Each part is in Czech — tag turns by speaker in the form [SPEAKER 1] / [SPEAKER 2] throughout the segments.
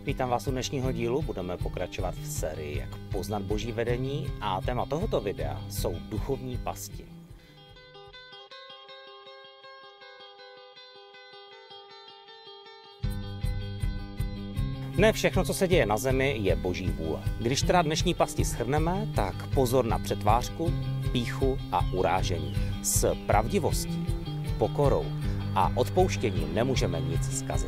[SPEAKER 1] Vítám vás u dnešního dílu, budeme pokračovat v sérii Jak poznat Boží vedení a téma tohoto videa jsou duchovní pasti. Ne všechno, co se děje na zemi, je Boží vůle. Když teda dnešní pasti shrneme, tak pozor na přetvářku, pýchu a urážení. S pravdivostí, pokorou a odpouštěním nemůžeme nic zkazit.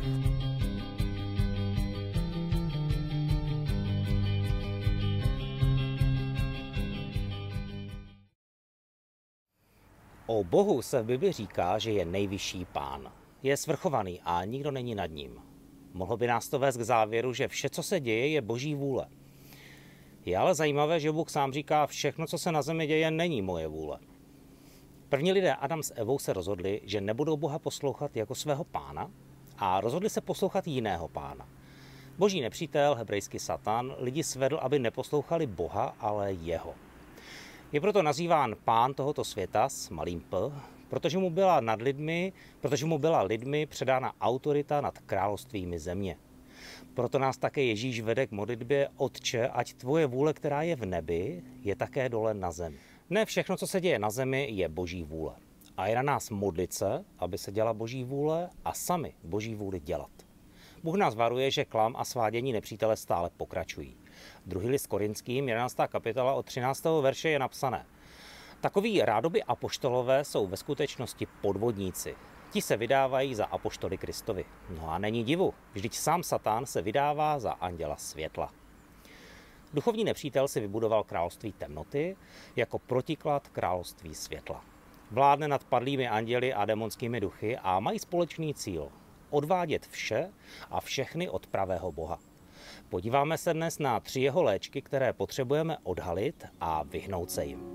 [SPEAKER 1] O Bohu se v Bibli říká, že je nejvyšší Pán. Je svrchovaný a nikdo není nad ním. Mohlo by nás to vést k závěru, že vše, co se děje, je Boží vůle. Je ale zajímavé, že Bůh sám říká, všechno, co se na zemi děje, není moje vůle. První lidé Adam s Evou se rozhodli, že nebudou Boha poslouchat jako svého pána a rozhodli se poslouchat jiného pána. Boží nepřítel, hebrejský Satan, lidi svedl, aby neposlouchali Boha, ale jeho. Je proto nazýván pán tohoto světa s malým p, protože mu byla lidmi předána autorita nad královstvími země. Proto nás také Ježíš vede k modlitbě: Otče, ať tvoje vůle, která je v nebi, je také dole na zemi. Ne všechno, co se děje na zemi, je Boží vůle. A je na nás modlit se, aby se děla Boží vůle a sami Boží vůli dělat. Bůh nás varuje, že klam a svádění nepřítele stále pokračují. Druhý list Korinským, 11. kapitola od 13. verše je napsané: Takoví rádoby apoštolové jsou ve skutečnosti podvodníci. Ti se vydávají za apoštoly Kristovi. No a není divu, vždyť sám Satan se vydává za anděla světla. Duchovní nepřítel si vybudoval království temnoty jako protiklad království světla. Vládne nad padlými anděli a démonskými duchy a mají společný cíl: odvádět vše a všechny od pravého Boha. Podíváme se dnes na 3 jeho léčky, které potřebujeme odhalit a vyhnout se jim.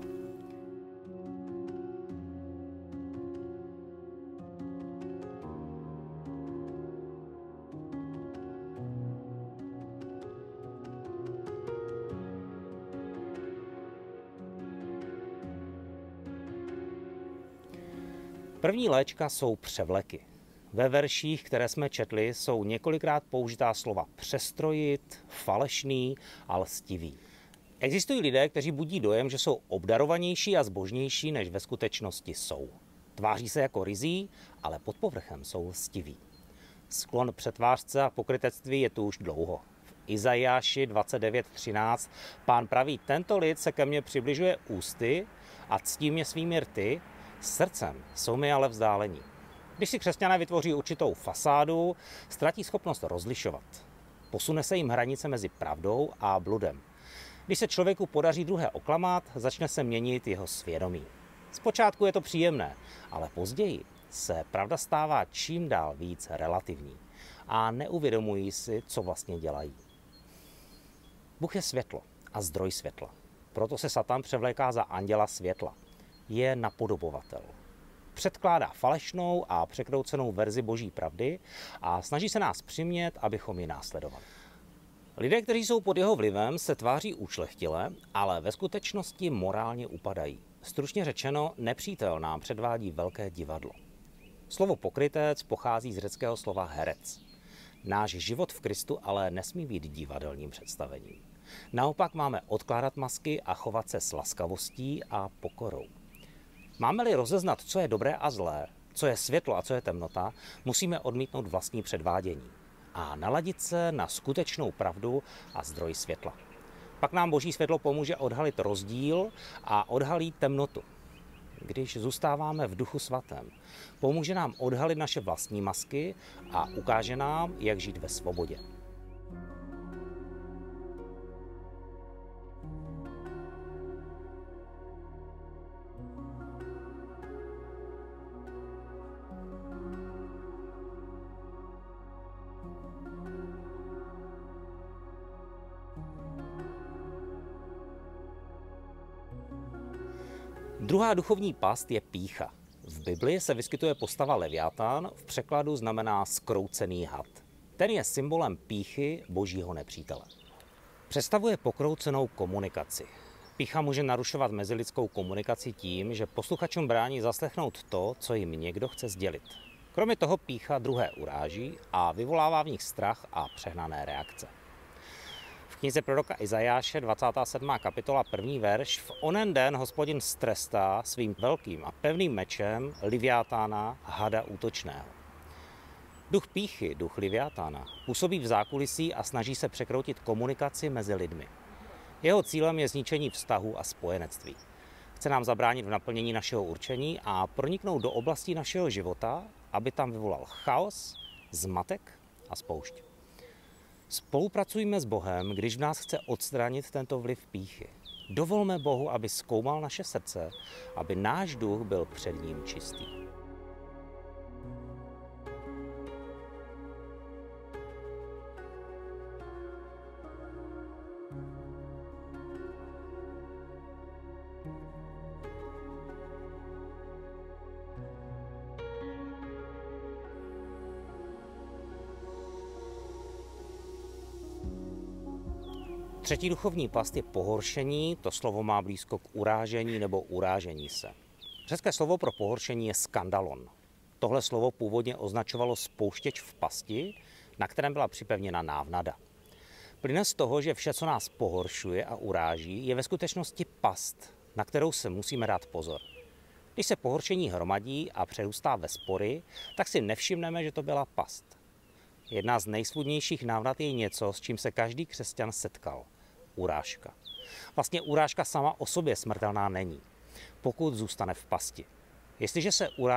[SPEAKER 1] První léčka jsou převleky. Ve verších, které jsme četli, jsou několikrát použitá slova přestrojit, falešný a lstivý. Existují lidé, kteří budí dojem, že jsou obdarovanější a zbožnější, než ve skutečnosti jsou. Tváří se jako ryzí, ale pod povrchem jsou lstiví. Sklon přetvářce a pokrytectví je tu už dlouho. V Izajáši 29.13 Pán praví: Tento lid se ke mně přibližuje ústy a ctí mě svými rty, srdcem jsou mi ale vzdálení. Když si křesťané vytvoří určitou fasádu, ztratí schopnost rozlišovat. Posune se jim hranice mezi pravdou a bludem. Když se člověku podaří druhé oklamat, začne se měnit jeho svědomí. Zpočátku je to příjemné, ale později se pravda stává čím dál víc relativní a neuvědomují si, co vlastně dělají. Bůh je světlo a zdroj světla. Proto se Satan převléká za anděla světla. Je napodobovatel. Předkládá falešnou a překroucenou verzi Boží pravdy a snaží se nás přimět, abychom ji následovali. Lidé, kteří jsou pod jeho vlivem, se tváří ušlechtile, ale ve skutečnosti morálně upadají. Stručně řečeno, nepřítel nám předvádí velké divadlo. Slovo pokrytec pochází z řeckého slova herec. Náš život v Kristu ale nesmí být divadelním představením. Naopak máme odkládat masky a chovat se s laskavostí a pokorou. Máme-li rozeznat, co je dobré a zlé, co je světlo a co je temnota, musíme odmítnout vlastní předvádění a naladit se na skutečnou pravdu a zdroj světla. Pak nám Boží světlo pomůže odhalit rozdíl a odhalí temnotu. Když zůstáváme v Duchu svatém, pomůže nám odhalit naše vlastní masky a ukáže nám, jak žít ve svobodě. Druhá duchovní past je pýcha. V Bibli se vyskytuje postava Leviatán, v překladu znamená zkroucený had. Ten je symbolem pýchy Božího nepřítele. Představuje pokroucenou komunikaci. Pýcha může narušovat mezilidskou komunikaci tím, že posluchačům brání zaslechnout to, co jim někdo chce sdělit. Kromě toho pýcha druhé uráží a vyvolává v nich strach a přehnané reakce. V knize proroka Izajáše 27. kapitola 1. verš: v onen den Hospodin strestá svým velkým a pevným mečem Liviatána, hada útočného. Duch pýchy, duch Liviatána, působí v zákulisí a snaží se překroutit komunikaci mezi lidmi. Jeho cílem je zničení vztahů a spojenectví. Chce nám zabránit v naplnění našeho určení a proniknout do oblastí našeho života, aby tam vyvolal chaos, zmatek a spoušť. Spolupracujme s Bohem, když v nás chce odstranit tento vliv pýchy. Dovolme Bohu, aby zkoumal naše srdce, aby náš duch byl před ním čistý. Třetí duchovní past je pohoršení, to slovo má blízko k urážení nebo urážení se. Řecké slovo pro pohoršení je skandalon. Tohle slovo původně označovalo spouštěč v pasti, na kterém byla připevněna návnada. Plyne z toho, že vše, co nás pohoršuje a uráží, je ve skutečnosti past, na kterou se musíme dát pozor. Když se pohoršení hromadí a přerůstá ve spory, tak si nevšimneme, že to byla past. Jedna z nejsvůdnějších návrat je něco, s čím se každý křesťan setkal. Urážka. Vlastně urážka sama o sobě smrtelná není, pokud zůstane v pasti. Jestliže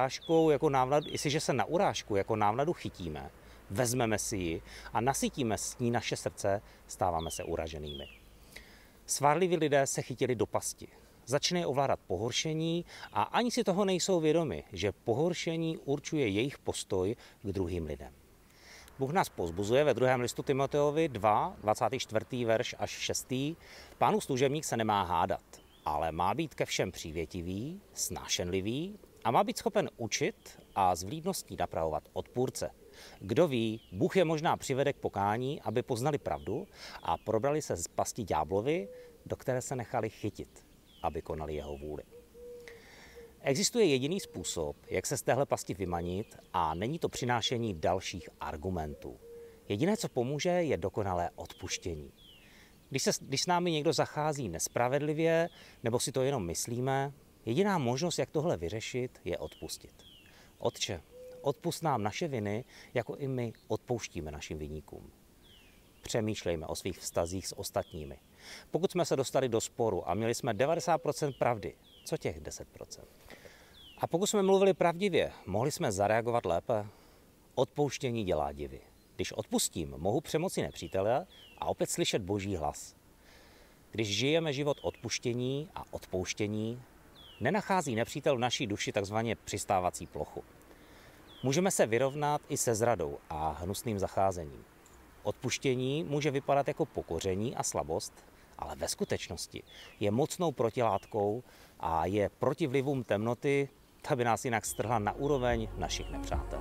[SPEAKER 1] se na urážku jako návnadu chytíme, vezmeme si ji a nasytíme s ní naše srdce, stáváme se uraženými. Svárliví lidé se chytili do pasti. Začne ovládat pohoršení a ani si toho nejsou vědomi, že pohoršení určuje jejich postoj k druhým lidem. Bůh nás povzbuzuje ve 2. listu Timoteovi 2, 24. verš až 6. Pánův služebník se nemá hádat, ale má být ke všem přívětivý, snášenlivý a má být schopen učit a s vlídností napravovat odpůrce. Kdo ví, Bůh je možná přivede k pokání, aby poznali pravdu a probrali se z pasti ďáblovi, do které se nechali chytit, aby konali jeho vůli. Existuje jediný způsob, jak se z téhle pasti vymanit, a není to přinášení dalších argumentů. Jediné, co pomůže, je dokonalé odpuštění. Když s námi někdo zachází nespravedlivě, nebo si to jenom myslíme, jediná možnost, jak tohle vyřešit, je odpustit. Otče, odpusť nám naše viny, jako i my odpouštíme našim viníkům. Přemýšlejme o svých vztazích s ostatními. Pokud jsme se dostali do sporu a měli jsme 90% pravdy, co těch 10%? A pokud jsme mluvili pravdivě, mohli jsme zareagovat lépe? Odpouštění dělá divy. Když odpustím, mohu přemoci nepřítele a opět slyšet Boží hlas. Když žijeme život odpuštění a odpouštění, nenachází nepřítel v naší duši takzvaně přistávací plochu. Můžeme se vyrovnat i se zradou a hnusným zacházením. Odpuštění může vypadat jako pokoření a slabost, ale ve skutečnosti je mocnou protilátkou a je proti vlivům temnoty, ta by nás jinak strhla na úroveň našich nepřátel.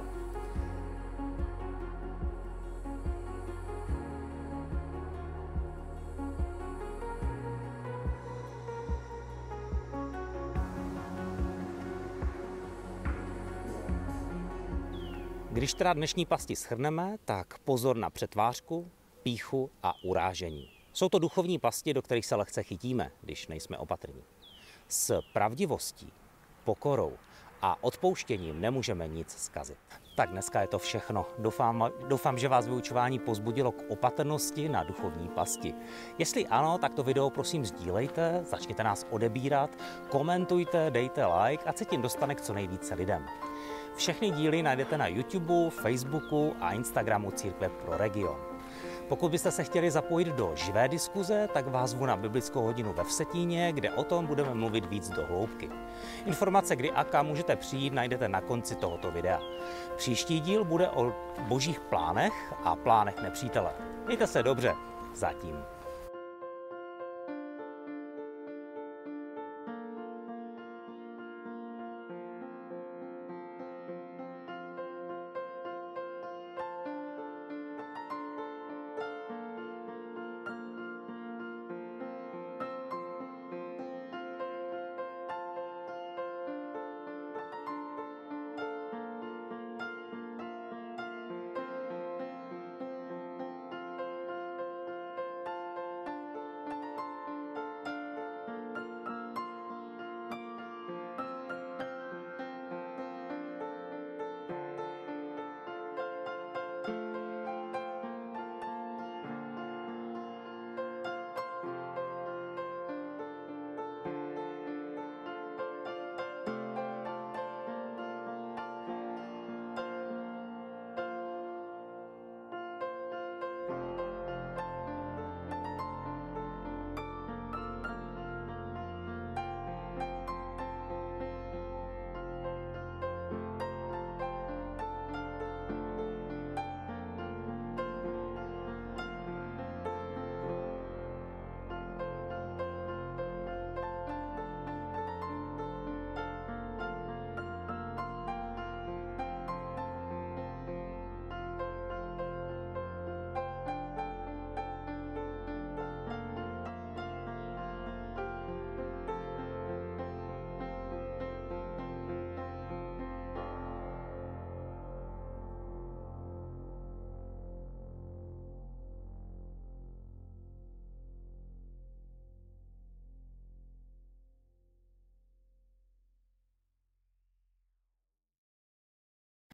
[SPEAKER 1] Když teda dnešní pasti shrneme, tak pozor na přetvářku, pýchu a urážení. Jsou to duchovní pasti, do kterých se lehce chytíme, když nejsme opatrní. S pravdivostí, pokorou a odpouštěním nemůžeme nic zkazit. Tak dneska je to všechno. Doufám, že vás vyučování povzbudilo k opatrnosti na duchovní pasti. Jestli ano, tak to video prosím sdílejte, začněte nás odebírat, komentujte, dejte like, ať se tím dostane k co nejvíce lidem. Všechny díly najdete na YouTube, Facebooku a Instagramu Církve pro region. Pokud byste se chtěli zapojit do živé diskuze, tak vás zvu na biblickou hodinu ve Vsetíně, kde o tom budeme mluvit víc do hloubky. Informace, kdy a kam můžete přijít, najdete na konci tohoto videa. Příští díl bude o božích plánech a plánech nepřítele. Mějte se dobře. Zatím.